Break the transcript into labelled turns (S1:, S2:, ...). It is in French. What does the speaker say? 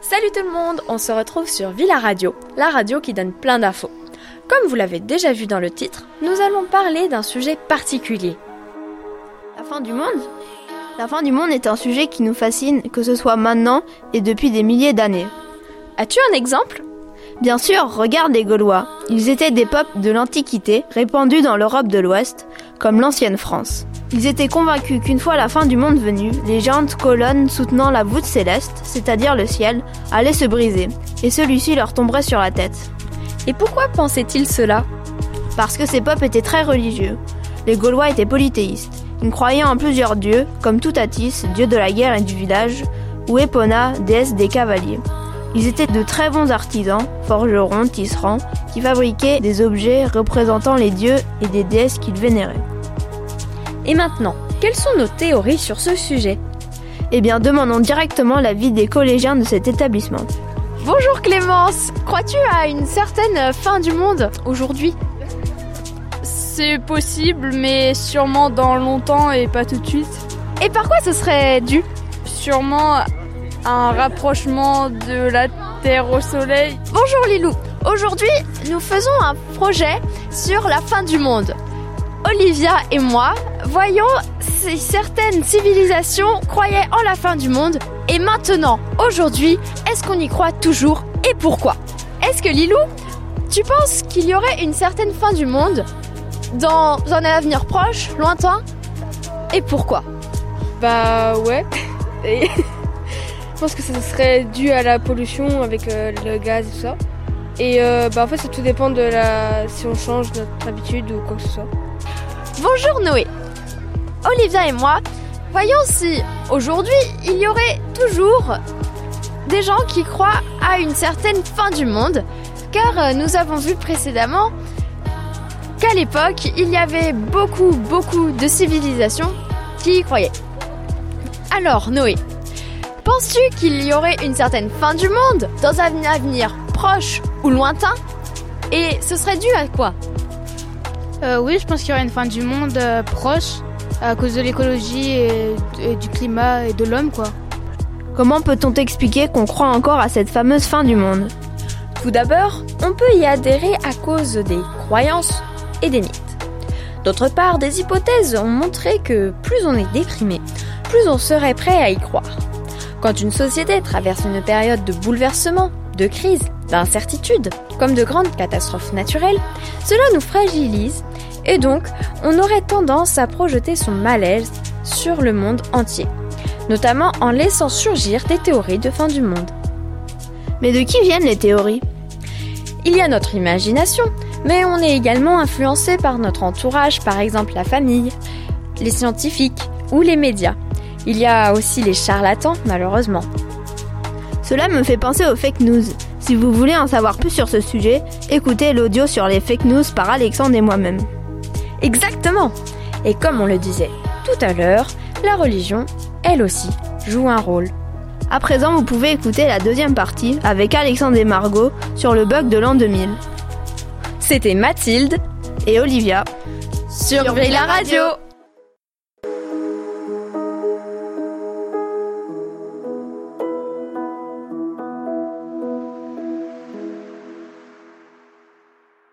S1: Salut tout le monde, on se retrouve sur Villa Radio, la radio qui donne plein d'infos. Comme vous l'avez déjà vu dans le titre, nous allons parler d'un sujet particulier.
S2: La fin du monde ? La fin du monde est un sujet qui nous fascine, que ce soit maintenant et depuis des milliers d'années.
S1: As-tu un exemple ?
S2: Bien sûr, regarde les Gaulois. Ils étaient des peuples de l'Antiquité, répandus dans l'Europe de l'Ouest, comme l'ancienne France. Ils étaient convaincus qu'une fois la fin du monde venue, les géantes colonnes soutenant la voûte céleste, c'est-à-dire le ciel, allaient se briser, et celui-ci leur tomberait sur la tête.
S1: Et pourquoi pensaient-ils cela ?
S2: Parce que ces peuples étaient très religieux. Les Gaulois étaient polythéistes. Ils croyaient en plusieurs dieux, comme Toutatis, dieu de la guerre et du village, ou Epona, déesse des cavaliers. Ils étaient de très bons artisans, forgerons, tisserands, qui fabriquaient des objets représentant les dieux et des déesses qu'ils vénéraient.
S1: Et maintenant, quelles sont nos théories sur ce sujet ?
S2: Eh bien, demandons directement l'avis des collégiens de cet établissement.
S1: Bonjour Clémence, crois-tu à une certaine fin du monde aujourd'hui ?
S3: C'est possible, mais sûrement dans longtemps et pas tout de suite.
S1: Et par quoi ce serait dû ?
S3: Sûrement un rapprochement de la Terre au Soleil.
S1: Bonjour Lilou, aujourd'hui nous faisons un projet sur la fin du monde. Olivia et moi voyons si certaines civilisations croyaient en la fin du monde. Et maintenant, aujourd'hui, est-ce qu'on y croit toujours et pourquoi ? Est-ce que Lilou, tu penses qu'il y aurait une certaine fin du monde dans un avenir proche, lointain ? Et pourquoi ?
S3: Bah ouais. Et je pense que ça serait dû à la pollution avec le gaz et tout ça. Et en fait ça tout dépend de si on change notre habitude ou quoi que ce soit.
S1: Bonjour Noé. Olivia et moi, voyons si aujourd'hui il y aurait toujours des gens qui croient à une certaine fin du monde, car nous avons vu précédemment qu'à l'époque il y avait beaucoup de civilisations qui y croyaient. Alors Noé, penses-tu qu'il y aurait une certaine fin du monde dans un avenir proche ou lointain ? Et ce serait dû à quoi ?
S4: Oui, je pense qu'il y aurait une fin du monde proche à cause de l'écologie et du climat et de l'homme, quoi.
S2: Comment peut-on expliquer qu'on croit encore à cette fameuse fin du monde ?
S1: Tout d'abord, on peut y adhérer à cause des croyances et des mythes. D'autre part, des hypothèses ont montré que plus on est déprimé, plus on serait prêt à y croire. Quand une société traverse une période de bouleversement, de crise, d'incertitude, comme de grandes catastrophes naturelles, cela nous fragilise et donc on aurait tendance à projeter son malaise sur le monde entier, notamment en laissant surgir des théories de fin du monde.
S2: Mais de qui viennent les théories ?
S1: Il y a notre imagination, mais on est également influencé par notre entourage, par exemple la famille, les scientifiques ou les médias. Il y a aussi les charlatans, malheureusement.
S2: Cela me fait penser aux fake news. Si vous voulez en savoir plus sur ce sujet, écoutez l'audio sur les fake news par Alexandre et moi-même.
S1: Exactement. Et comme on le disait tout à l'heure, la religion, elle aussi, joue un rôle.
S2: À présent, vous pouvez écouter la deuxième partie avec Alexandre et Margot sur le bug de l'an 2000.
S1: C'était Mathilde
S2: et Olivia
S1: sur Villa Radio.